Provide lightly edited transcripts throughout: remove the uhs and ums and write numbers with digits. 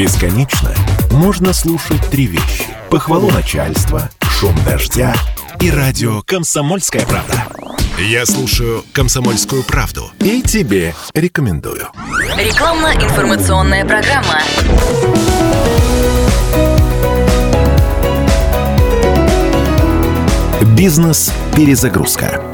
Бесконечно можно слушать три вещи: похвалу начальства, шум дождя и радио «Комсомольская правда». Я слушаю «Комсомольскую правду» и тебе рекомендую. Рекламно-информационная программа. Бизнес-перезагрузка.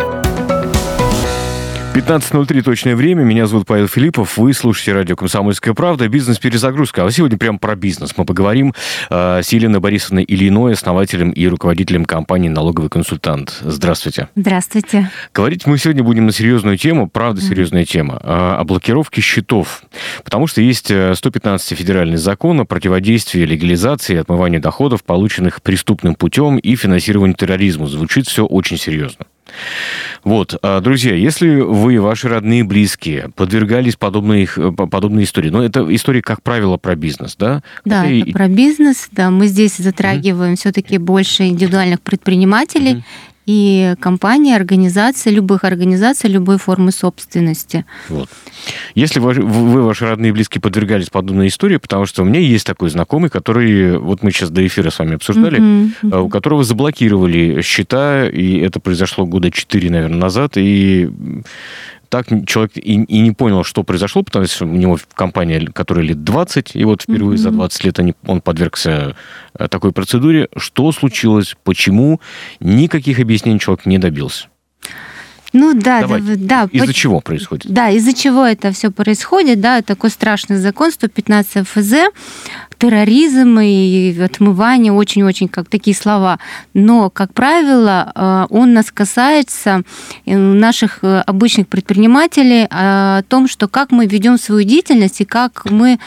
15:03 точное время. Меня зовут Павел Филиппов. Вы слушаете радио «Комсомольская правда». Бизнес-перезагрузка. А сегодня прямо про бизнес. Мы поговорим с Еленой Борисовной Ильиной, основателем и руководителем компании «Налоговый консультант». Здравствуйте. Здравствуйте. Говорить мы сегодня будем на серьезную тему, правда серьезная тема, о блокировке счетов. Потому что есть 115 федеральный закон о противодействии легализации и отмыванию доходов, полученных преступным путем, и финансированию терроризма. Звучит все очень серьезно. Вот, друзья, если вы, ваши родные, близкие подвергались подобной истории, но это история, как правило, про бизнес, да? Да, это про бизнес, да, мы здесь затрагиваем все-таки больше индивидуальных предпринимателей и компаний, организаций, любой формы собственности. Вот. Если вы, ваши родные и близкие подвергались подобной истории, потому что у меня есть такой знакомый, который, вот мы сейчас до эфира с вами обсуждали, у которого заблокировали счета, и это произошло года 4, наверное, назад, и так человек и не понял, что произошло, потому что у него компания, которая лет 20, и вот впервые за 20 лет он подвергся такой процедуре. Что случилось, почему? Никаких объяснений человек не добился. Ну да, да. Из-за чего происходит? Да, из-за чего это все происходит, да, такой страшный закон 115 ФЗ, терроризм и отмывание, очень-очень как такие слова. Но, как правило, он нас касается, наших обычных предпринимателей, о том, что как мы ведем свою деятельность и как мы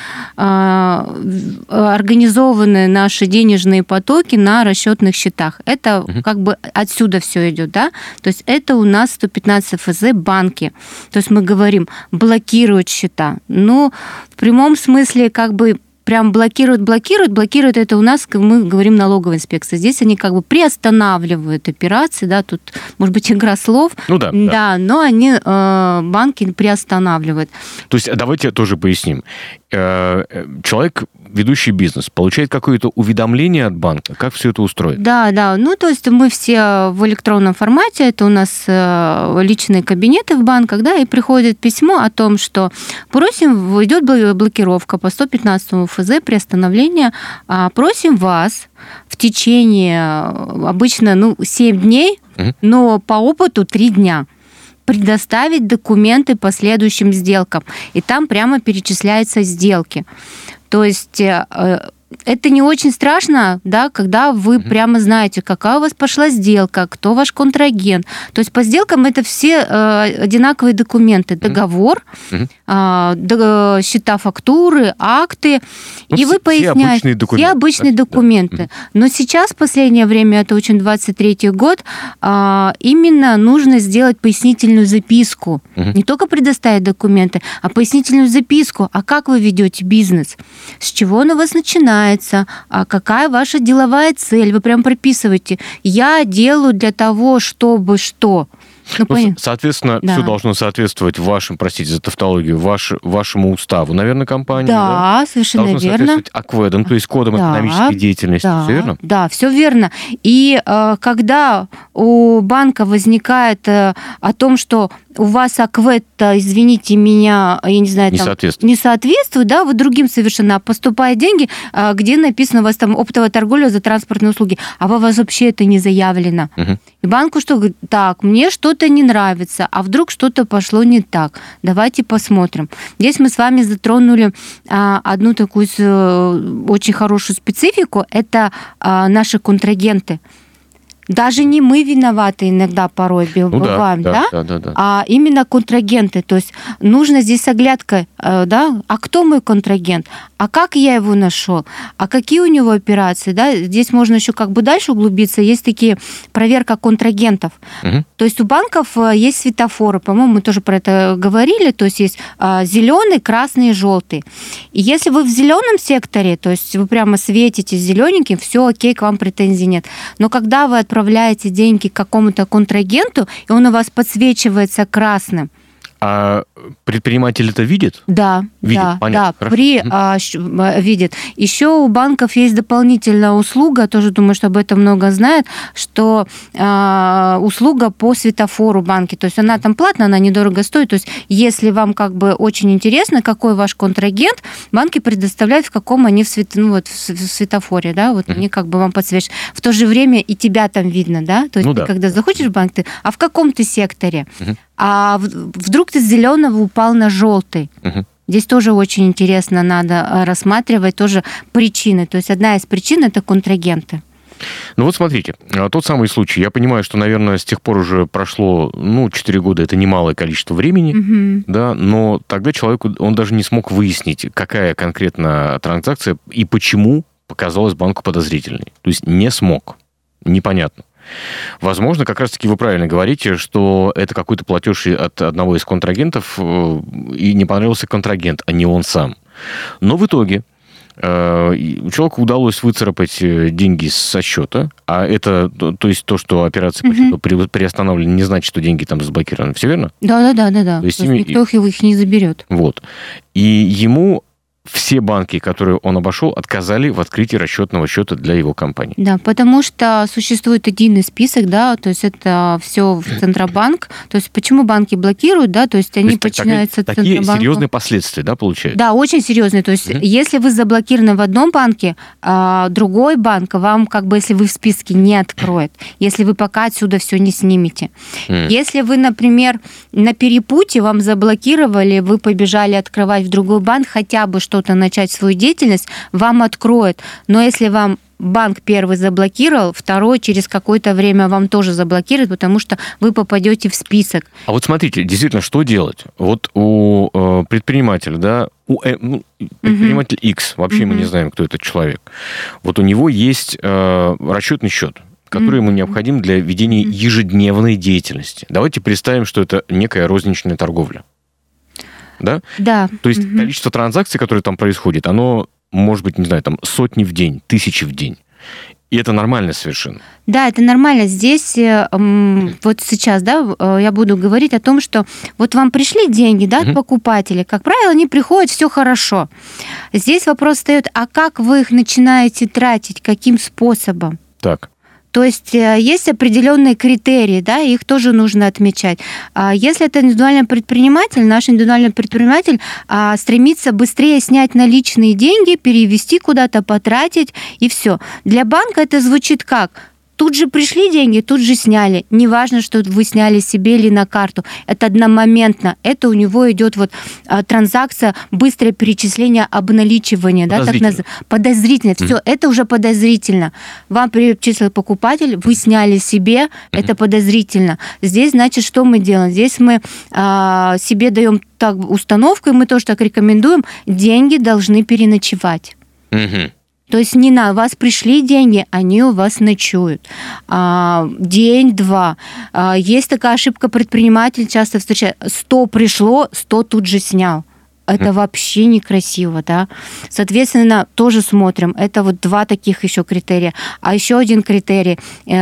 организованы наши денежные потоки на расчетных счетах. Это как бы отсюда все идет, да? То есть это у нас 115 ФЗ банки. То есть мы говорим блокируют счета. Но в прямом смысле как бы прям блокируют это у нас, как мы говорим, налоговая инспекция. Здесь они как бы приостанавливают операции, да, тут, может быть, игра слов, да, но они банки приостанавливают. То есть давайте тоже поясним. Человек, ведущий бизнес, получает какое-то уведомление от банка? Как все это устроено? Да. Ну, то есть мы все в электронном формате, это у нас личные кабинеты в банках, да, и приходит письмо о том, что просим, идет блокировка по 115 ФЗ, приостановление, просим вас в течение обычно 7 дней, но по опыту 3 дня предоставить документы по следующим сделкам. И там прямо перечисляются сделки. То есть это не очень страшно, да, когда вы прямо знаете, какая у вас пошла сделка, кто ваш контрагент. То есть по сделкам это все одинаковые документы. Договор, счета, фактуры, акты. И вы поясняете. Все обычные документы. Но сейчас, в последнее время, это очень 23-й год, именно нужно сделать пояснительную записку. Не только предоставить документы, а пояснительную записку. А как вы ведете бизнес? С чего он у вас начинается? А какая ваша деловая цель? Вы прям прописываете. Я делаю для того, чтобы что? Соответственно, все должно соответствовать вашим, простите за тавтологию, вашему уставу, наверное, компании. Да, совершенно должно верно. Соответствовать АКВЭДам, то есть кодам экономической деятельности. Все верно? Да, все верно. И когда у банка возникает о том, что у вас АКВЭД, извините меня, я не знаю, не соответствует, да, вы другим совершенно, поступают деньги, где написано у вас там оптовая торговля за транспортные услуги, а у вас вообще это не заявлено. И банку что говорит? Так, мне что-то не нравится, а вдруг что-то пошло не так. Давайте посмотрим. Здесь мы с вами затронули одну такую очень хорошую специфику, это наши контрагенты. Даже не мы виноваты иногда порой бываем, а именно контрагенты. То есть нужно здесь оглядка, да, а кто мой контрагент, а как я его нашел, а какие у него операции, да, здесь можно еще как бы дальше углубиться, есть такие проверка контрагентов. То есть у банков есть светофоры, по-моему, мы тоже про это говорили, то есть есть зеленый, красный и желтый. И если вы в зеленом секторе, то есть вы прямо светите зелененьким, все окей, к вам претензий нет. Но когда вы отправляете деньги к какому-то контрагенту, и он у вас подсвечивается красным, А предприниматель это видит? Да, видит, да, понятно, да, видит. Еще у банков есть дополнительная услуга, тоже думаю, что об этом много знают, что услуга по светофору банки. То есть она там платная, она недорого стоит. То есть если вам как бы очень интересно, какой ваш контрагент, банки предоставляют, в каком они в светофоре, да, вот они как бы вам подсвечивают. В то же время и тебя там видно, да, то есть когда заходишь в банк, а в каком ты секторе? А вдруг ты с зеленого упал на желтый. Здесь тоже очень интересно, надо рассматривать тоже причины. То есть одна из причин – это контрагенты. Ну вот смотрите, тот самый случай. Я понимаю, что, наверное, с тех пор уже прошло, 4 года, это немалое количество времени, да, но тогда человек, он даже не смог выяснить, какая конкретно транзакция и почему показалась банку подозрительной. То есть не смог. Непонятно. Возможно, как раз-таки вы правильно говорите, что это какой-то платеж от одного из контрагентов, и не понравился контрагент, а не он сам. Но в итоге человеку удалось выцарапать деньги со счета, а это, то есть то, что операции по счету приостановлены, не значит, что деньги там заблокированы. Все верно? Да. То есть никто их не заберет. Вот. И ему все банки, которые он обошел, отказали в открытии расчетного счета для его компании. Да, потому что существует единый список, да, то есть это все в Центробанк. То есть почему банки блокируют, да, то есть они подчиняются Центробанку. Такие серьезные последствия, да, получается? Да, очень серьезные. То есть если вы заблокированы в одном банке, другой банк вам, как бы, если вы в списке, не откроет, если вы пока отсюда все не снимете. Если вы, например, на перепутье вам заблокировали, вы побежали открывать в другой банк, хотя бы что-то начать свою деятельность, вам откроют. Но если вам банк первый заблокировал, второй через какое-то время вам тоже заблокирует, потому что вы попадете в список. А вот смотрите, действительно, что делать? Вот у предпринимателя, да, предприниматель X, вообще мы не знаем, кто этот человек. Вот у него есть расчетный счет, который ему необходим для ведения ежедневной деятельности. Давайте представим, что это некая розничная торговля. Да? Да. То есть количество транзакций, которые там происходит, оно может быть, не знаю, там сотни в день, тысячи в день. И это нормально совершенно. Да, это нормально. Здесь вот сейчас, да, я буду говорить о том, что вот вам пришли деньги, да, от покупателей. Как правило, они приходят, все хорошо. Здесь вопрос встает, а как вы их начинаете тратить, каким способом? Так. То есть есть определенные критерии, да, их тоже нужно отмечать. Если это индивидуальный предприниматель, наш индивидуальный предприниматель стремится быстрее снять наличные деньги, перевести куда-то, потратить, и все. Для банка это звучит как? Тут же пришли деньги, тут же сняли. Неважно, что вы сняли себе или на карту. Это одномоментно. Это у него идет вот транзакция, быстрое перечисление, обналичивание. Подозрительно. Да, так подозрительно. Все, это уже подозрительно. Вам перечислил покупатель, вы сняли себе, это подозрительно. Здесь, значит, что мы делаем? Здесь мы себе даем так установку, и мы тоже так рекомендуем, деньги должны переночевать. То есть не на вас пришли деньги, они у вас ночуют. День-два. Есть такая ошибка, предприниматель часто встречает. 100 пришло, 100 тут же снял. Это вообще некрасиво, да. Соответственно, тоже смотрим. Это вот 2 таких еще критерия. А еще один критерий.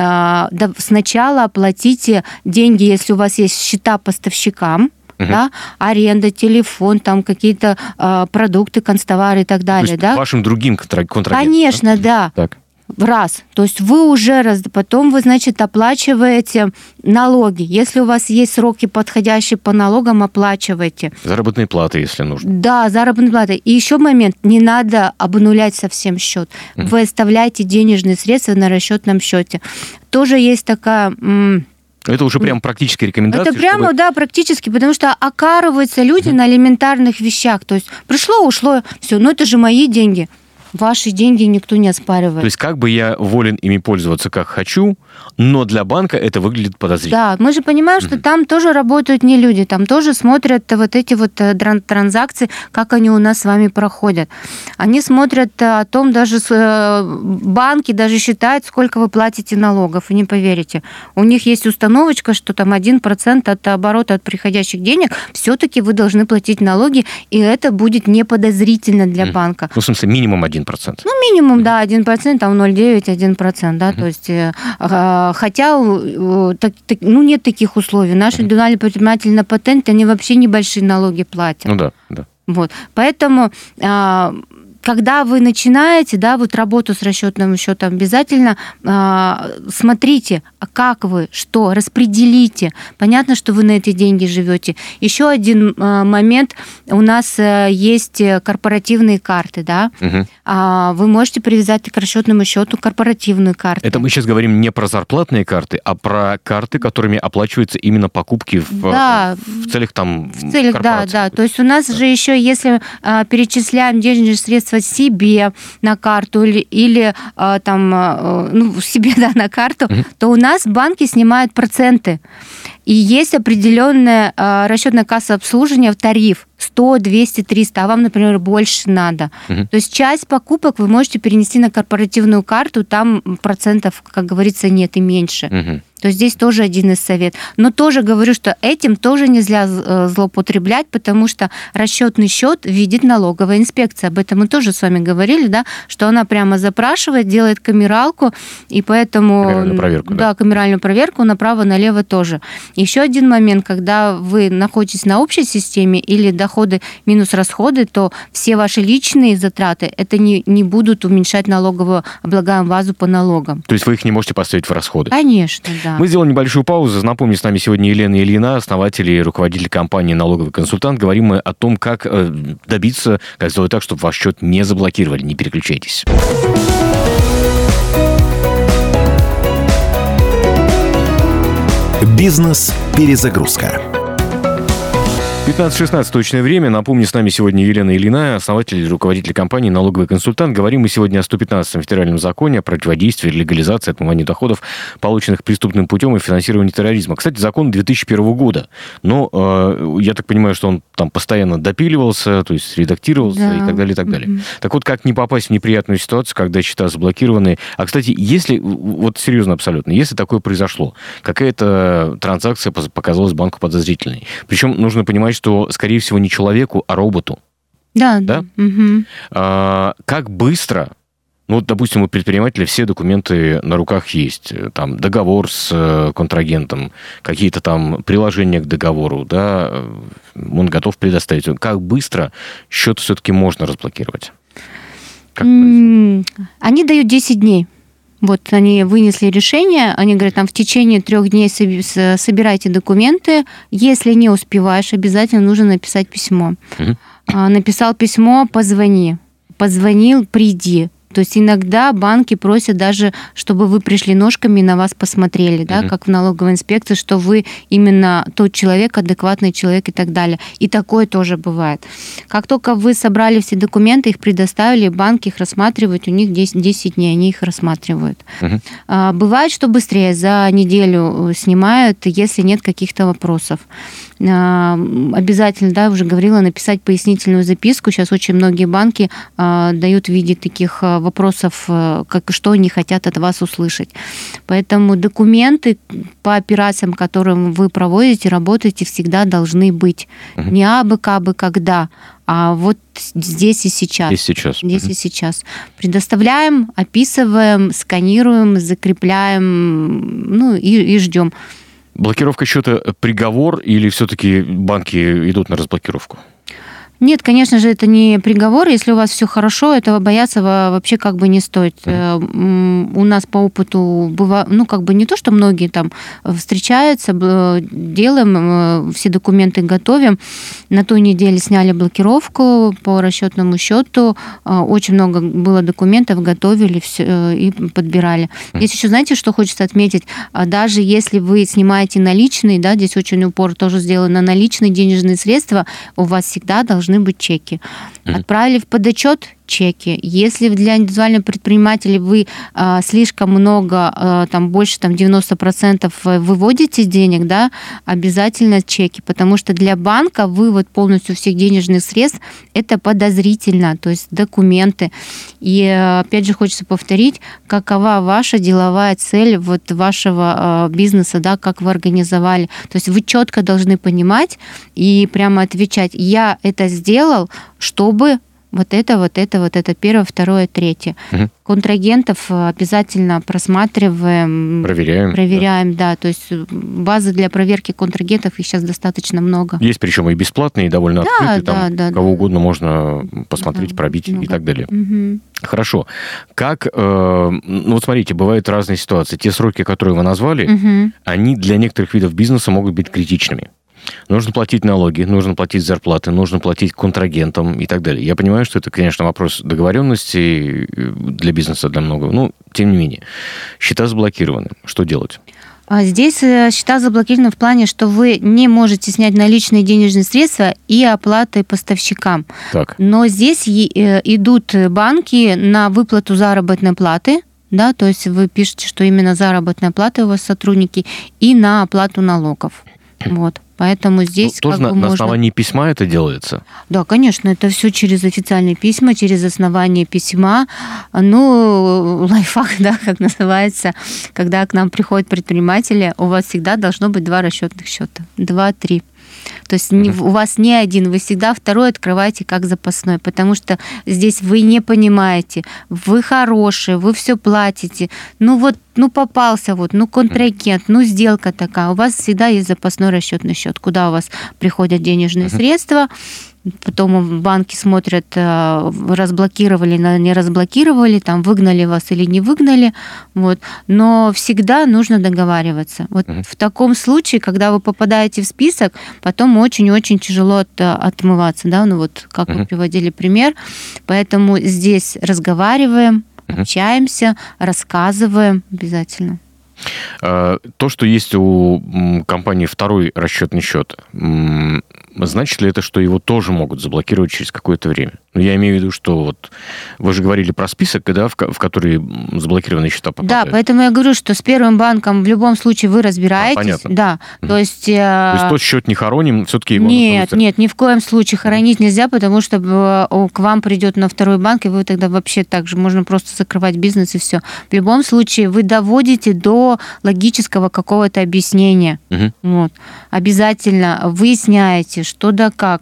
Сначала оплатите деньги, если у вас есть счета поставщикам, да, аренда, телефон, там какие-то продукты, канцтовары и так далее. То есть вашим другим контрагентам? Конечно, да. Так. Раз. То есть вы уже потом вы, значит, оплачиваете налоги. Если у вас есть сроки подходящие по налогам, оплачивайте. Заработные платы, если нужно. Да, заработные платы. И еще момент, не надо обнулять совсем счет. Вы оставляете денежные средства на расчетном счете. Тоже есть такая... Это уже прям практические рекомендации. Это прямо, да, практически, потому что окарываются люди на элементарных вещах. То есть пришло, ушло, все, но это же мои деньги. Ваши деньги никто не оспаривает. То есть как бы я волен ими пользоваться как хочу, но для банка это выглядит подозрительно. Да, мы же понимаем, что там тоже работают не люди, там тоже смотрят вот эти вот транзакции, как они у нас с вами проходят. Они смотрят о том, даже банки даже считают, сколько вы платите налогов, и не поверите. У них есть установочка, что там 1% от оборота от приходящих денег все-таки вы должны платить налоги, и это будет не подозрительно для банка. Ну, в смысле, минимум 1%. 1%. Ну, минимум, да, 1%, там 0,9, 1%, да, то есть, хотя, нет таких условий. Наши индивидуальные предприниматели на патенте, они вообще небольшие налоги платят. Ну да. Вот, поэтому... Когда вы начинаете, да, вот работу с расчетным счетом, обязательно смотрите, как вы, что, распределите. Понятно, что вы на эти деньги живете. Еще один момент, у нас есть корпоративные карты, да. Вы можете привязать к расчетному счету корпоративную карту. Это мы сейчас говорим не про зарплатные карты, а про карты, которыми оплачиваются именно покупки в целях там корпорации. Да. То есть у нас же еще, если перечисляем денежные средства себе на карту или себе, да, на карту, то у нас банки снимают проценты. И есть определенная расчетная касса обслуживания в тариф 100, 200, 300, а вам, например, больше надо. То есть часть покупок вы можете перенести на корпоративную карту, там процентов, как говорится, нет и меньше. То есть здесь тоже один из советов. Но тоже говорю, что этим тоже нельзя злоупотреблять, потому что расчетный счет видит налоговая инспекция. Об этом мы тоже с вами говорили, да, что она прямо запрашивает, делает камералку, и поэтому... Камеральную проверку, да, камеральную проверку направо-налево тоже. Еще один момент, когда вы находитесь на общей системе или доходы минус расходы, то все ваши личные затраты, это не будут уменьшать налоговую облагаемую базу по налогам. То есть вы их не можете поставить в расходы? Конечно, да. Мы сделали небольшую паузу. Напомню, с нами сегодня Елена Ильина, основатель и руководитель компании «Налоговый консультант». Говорим мы о том, как добиться, как сделать так, чтобы ваш счет не заблокировали. Не переключайтесь. Бизнес-перезагрузка. 15:16 точное время. Напомню, с нами сегодня Елена Ильина, основатель и руководитель компании «Налоговый консультант». Говорим мы сегодня о 115-м федеральном законе о противодействии легализации, отмыванию доходов, полученных преступным путем и финансированию терроризма. Кстати, закон 2001 года. Но я так понимаю, что он там постоянно допиливался, то есть редактировался, да, и так далее, и так далее. Так вот, как не попасть в неприятную ситуацию, когда счета заблокированы? А, кстати, если, вот серьезно абсолютно, если такое произошло, какая-то транзакция показалась банку подозрительной. Причем нужно понимать, что, скорее всего, не человеку, а роботу. Да? Как быстро, допустим, у предпринимателя все документы на руках есть, там договор с контрагентом, какие-то там приложения к договору, да, он готов предоставить. Как быстро счет все-таки можно разблокировать? Они дают 10 дней. Вот они вынесли решение, они говорят, там в течение 3 дней собирайте документы, если не успеваешь, обязательно нужно написать письмо. Написал письмо, позвони. Позвонил, приди. То есть иногда банки просят даже, чтобы вы пришли ножками и на вас посмотрели, да, как в налоговой инспекции, что вы именно тот человек, адекватный человек и так далее. И такое тоже бывает. Как только вы собрали все документы, их предоставили, банки их рассматривают, у них 10 дней, они их рассматривают. Бывает, что быстрее, за неделю снимают, если нет каких-то вопросов. Обязательно, да, уже говорила, написать пояснительную записку. Сейчас очень многие банки дают в виде таких вопросов, что они хотят от вас услышать. Поэтому документы по операциям, которым вы проводите, работаете, всегда должны быть. Не абы, кабы, когда, а вот здесь и сейчас. Здесь и сейчас. Предоставляем, описываем, сканируем, закрепляем, и ждем. Блокировка счета приговор или все-таки банки идут на разблокировку? Нет, конечно же, это не приговор. Если у вас все хорошо, этого бояться вообще как бы не стоит. У нас по опыту бывает, не то, что многие там встречаются, делаем, все документы готовим. На той неделе сняли блокировку по расчетному счету. Очень много было документов, готовили все и подбирали. Здесь еще, знаете, что хочется отметить? Даже если вы снимаете наличные, да, здесь очень упор тоже сделан на наличные денежные средства, у вас всегда должны быть чеки. Отправили в подотчет — чеки. Если для индивидуального предпринимателя вы слишком много, больше 90% выводите денег, да, обязательно чеки, потому что для банка вывод полностью всех денежных средств — это подозрительно, то есть документы. И опять же хочется повторить, какова ваша деловая цель вашего бизнеса, да, как вы организовали. То есть вы четко должны понимать и прямо отвечать: я это сделал, чтобы вот это, первое, второе, третье. Контрагентов обязательно просматриваем. Проверяем, да. То есть базы для проверки контрагентов, их сейчас достаточно много. Есть причем и бесплатные, и довольно открытые. Там кого угодно можно посмотреть, пробить и так далее. Хорошо. Как, вот смотрите, бывают разные ситуации. Те сроки, которые вы назвали, они для некоторых видов бизнеса могут быть критичными. Нужно платить налоги, нужно платить зарплаты, нужно платить контрагентам и так далее. Я понимаю, что это, конечно, вопрос договоренности для бизнеса, для многого. Но, тем не менее, счета заблокированы. Что делать? Здесь счета заблокированы в плане, что вы не можете снять наличные денежные средства и оплаты поставщикам. Так. Но здесь идут банки на выплату заработной платы, да, то есть вы пишете, что именно заработная плата у вас сотрудники, и на оплату налогов. Вот. Поэтому здесь тоже на основании письма это делается? Да, конечно, это все через официальные письма, через основание письма. Ну, лайфхак, да, как называется, когда к нам приходят предприниматели, у вас всегда должно быть 2 расчетных счета, 2-3. То есть у вас не один, вы всегда второй открываете как запасной, потому что здесь вы не понимаете, вы хорошие, вы все платите, попался контрагент, сделка такая, у вас всегда есть запасной расчетный счет, куда у вас приходят денежные средства. Потом банки смотрят, разблокировали, не разблокировали, там выгнали вас или не выгнали. Вот. Но всегда нужно договариваться. Вот в таком случае, когда вы попадаете в список, потом очень-очень тяжело отмываться. Да? Как вы приводили пример. Поэтому здесь разговариваем, общаемся, рассказываем обязательно. То, что есть у компании второй расчетный счет, значит ли это, что его тоже могут заблокировать через какое-то время? Я имею в виду, что вы же говорили про список, да, в который заблокированные счета попадают. Да, поэтому я говорю, что с первым банком в любом случае вы разбираетесь. Понятно. Да, то есть тот счет не хороним, все-таки его... Нет, ни в коем случае хоронить нельзя, потому что к вам придет на второй банк, и вы тогда вообще так же, можно просто закрывать бизнес и все. В любом случае вы доводите до логического какого-то объяснения. Вот. Обязательно выясняете, что да как.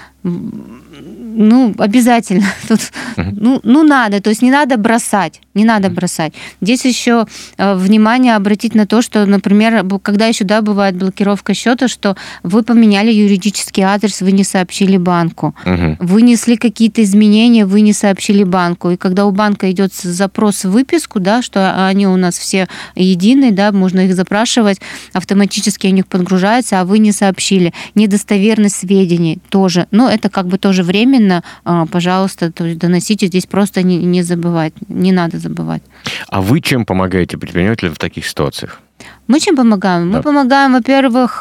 Обязательно. Тут, надо. То есть не надо бросать. Здесь еще внимание обратить на то, что, например, когда еще, бывает блокировка счета, что вы поменяли юридический адрес, вы не сообщили банку. Вы внесли какие-то изменения, вы не сообщили банку. И когда у банка идет запрос в выписку, да, что они у нас все единые, да, можно их запрашивать, автоматически у них подгружается, а вы не сообщили. Недостоверность сведений тоже. Но это тоже временно, пожалуйста, то есть доносите, здесь просто не забывать, не надо забывать. А вы чем помогаете предпринимателям в таких ситуациях? Мы чем помогаем? Да. Мы помогаем, во-первых,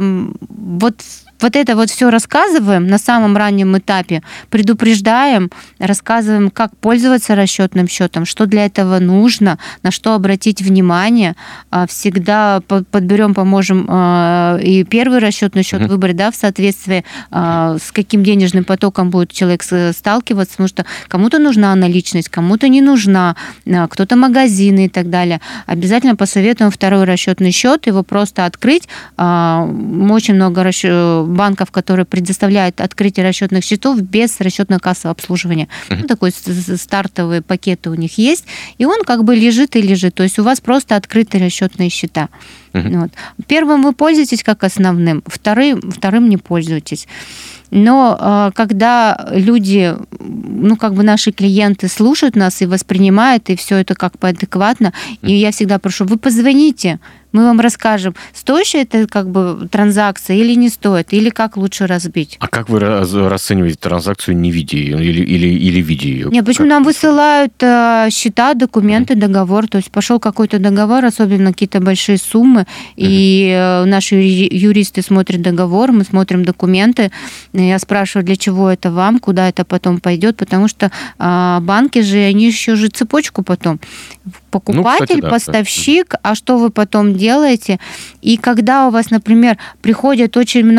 это все рассказываем на самом раннем этапе, предупреждаем, рассказываем, как пользоваться расчетным счетом, что для этого нужно, на что обратить внимание. Всегда подберем, поможем и первый расчетный счет выбрать, да, в соответствии с каким денежным потоком будет человек сталкиваться, потому что кому-то нужна наличность, кому-то не нужна, кто-то магазины и так далее. Обязательно посоветуем второй расчетный счет, его просто открыть. Очень много банков, которые предоставляют открытие расчетных счетов без расчетно-кассового обслуживания. Такой стартовый пакет у них есть, и он лежит и лежит. То есть у вас просто открытые расчетные счета. Вот. Первым вы пользуетесь как основным, вторым не пользуетесь. Но когда люди, наши клиенты слушают нас и воспринимают, и все это адекватно, и я всегда прошу, вы позвоните, мы вам расскажем, стоящая это транзакция или не стоит, или как лучше разбить. А как вы расцениваете транзакцию, не видя ее, или видя ее? Нет, почему нам высылают счета, документы, договор, то есть пошел какой-то договор, особенно какие-то большие суммы, и наши юристы смотрят договор, мы смотрим документы, я спрашиваю, для чего это вам, куда это потом пойдет, потому что банки же, они еще же цепочку потом. Покупатель, поставщик, а что вы потом делаете? И когда у вас, например, приходит очень много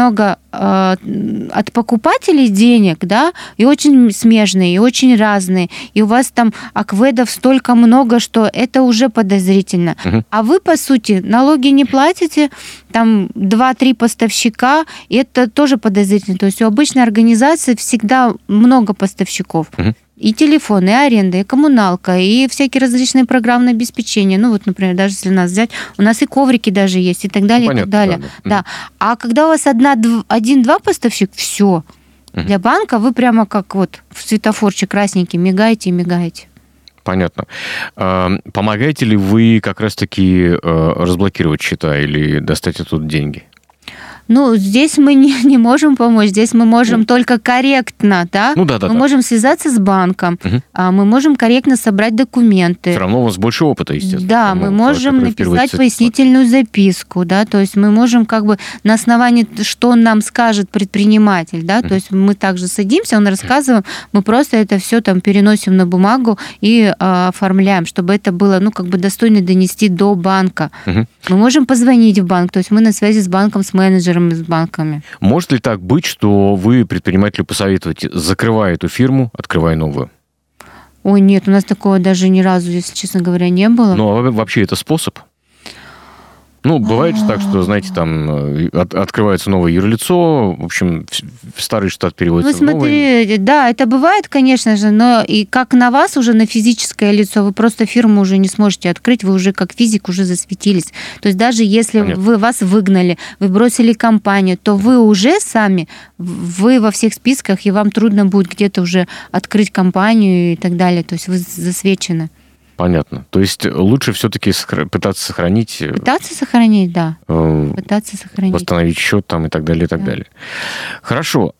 от покупателей денег, да, и очень смежные, и очень разные, и у вас там акведов столько много, что это уже подозрительно. А вы, по сути, налоги не платите, там 2-3 поставщика, и это тоже подозрительно. То есть у обычной организации всегда много поставщиков. И телефон, и аренда, и коммуналка, и всякие различные программные обеспечения. Ну, вот, например, даже если нас взять, у нас и коврики даже есть, и так далее, понятно, и так далее. Да. А когда у вас 1-2 поставщик, все. Для банка вы прямо как вот в светофорчик красненький мигаете и мигаете. Понятно. Помогаете ли вы как раз-таки разблокировать счета или достать оттуда деньги? Ну, здесь мы не можем помочь, здесь мы можем только корректно, да? Мы можем связаться с банком, мы можем корректно собрать документы. Все равно у вас больше опыта, естественно. Да, мы можем написать пояснительную записку, да, то есть мы можем как бы на основании, что нам скажет предприниматель, да, то есть мы также садимся, он рассказываем, мы просто это все там переносим на бумагу и оформляем, чтобы это было, ну, как бы достойно донести до банка. Мы можем позвонить в банк, то есть мы на связи с банком, с менеджером, с банками. Может ли так быть, что вы предпринимателю посоветуете, закрывая эту фирму, открывая новую? Ой, нет, у нас такого даже ни разу, если честно говоря, не было. Ну, а вообще это способ? Ну, бывает же так, что, знаете, там открывается новое юрлицо, в общем, в старый штат переводится в новый. Смотри, да, это бывает, конечно же, но и как на вас уже, на физическое лицо, вы просто фирму уже не сможете открыть, вы уже как физик уже засветились. То есть даже если вас выгнали, вы бросили компанию, то вы уже сами, вы во всех списках, и вам трудно будет где-то уже открыть компанию и так далее. То есть вы засвечены. Понятно. То есть лучше все-таки пытаться сохранить... Пытаться сохранить, да. Пытаться сохранить. Восстановить счет там и так далее, и так далее. Хорошо.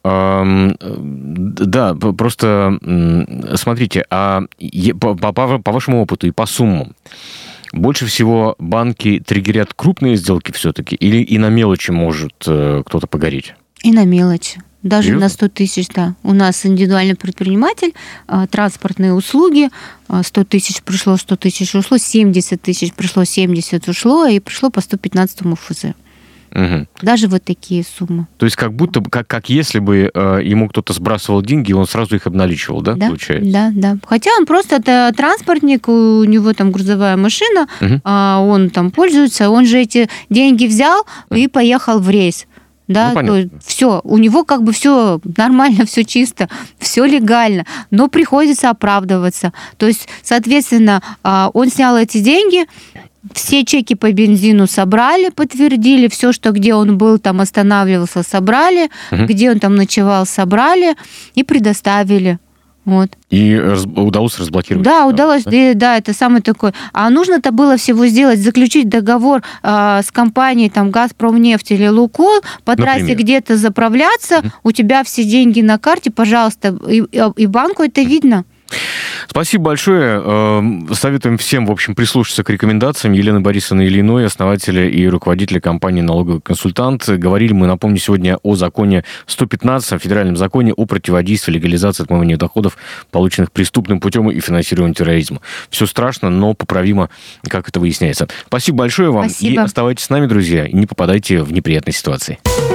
Да, просто смотрите, а по вашему опыту и по суммам, больше всего банки триггерят крупные сделки все-таки или и на мелочи может кто-то погореть? И на мелочи. Даже серьезно? На 100 тысяч, да. У нас индивидуальный предприниматель, транспортные услуги, 100 тысяч пришло, 100 тысяч ушло, 70 тысяч пришло, 70 ушло, и пришло по 115 ФЗ. Даже вот такие суммы. То есть как будто бы, как если бы ему кто-то сбрасывал деньги, и он сразу их обналичивал, да, получается? Да. Хотя он просто это транспортник, у него там грузовая машина, он там пользуется, он же эти деньги взял и поехал в рейс. Да, ну, то все, у него как бы все нормально, все чисто, все легально, но приходится оправдываться. То есть, соответственно, он снял эти деньги, все чеки по бензину собрали, подтвердили, все, что где он был, там останавливался, собрали, где он там ночевал, собрали и предоставили. Вот. И удалось разблокировать? Да, удалось, да, это самый такой. А нужно-то было всего сделать, заключить договор с компанией там «Газпромнефть» или «Лукойл», по трассе где-то заправляться, у тебя все деньги на карте, пожалуйста, и банку это видно. Спасибо большое. Советуем всем, в общем, прислушаться к рекомендациям Елены Борисовны Ильиной, основателя и руководителя компании «Налоговый консультант». Говорили мы, напомню, сегодня о законе 115, федеральном законе о противодействии легализации отмывания доходов, полученных преступным путем и финансированию терроризма. Все страшно, но поправимо, как это выясняется. Спасибо большое вам. Спасибо. И оставайтесь с нами, друзья, и не попадайте в неприятные ситуации.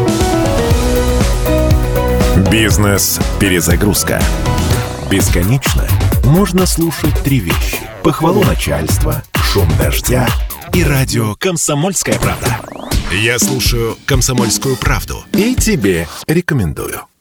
Бизнес-перезагрузка. Бесконечно можно слушать 3 вещи. Похвалу начальства, шум дождя и радио «Комсомольская правда». Я слушаю «Комсомольскую правду» и тебе рекомендую.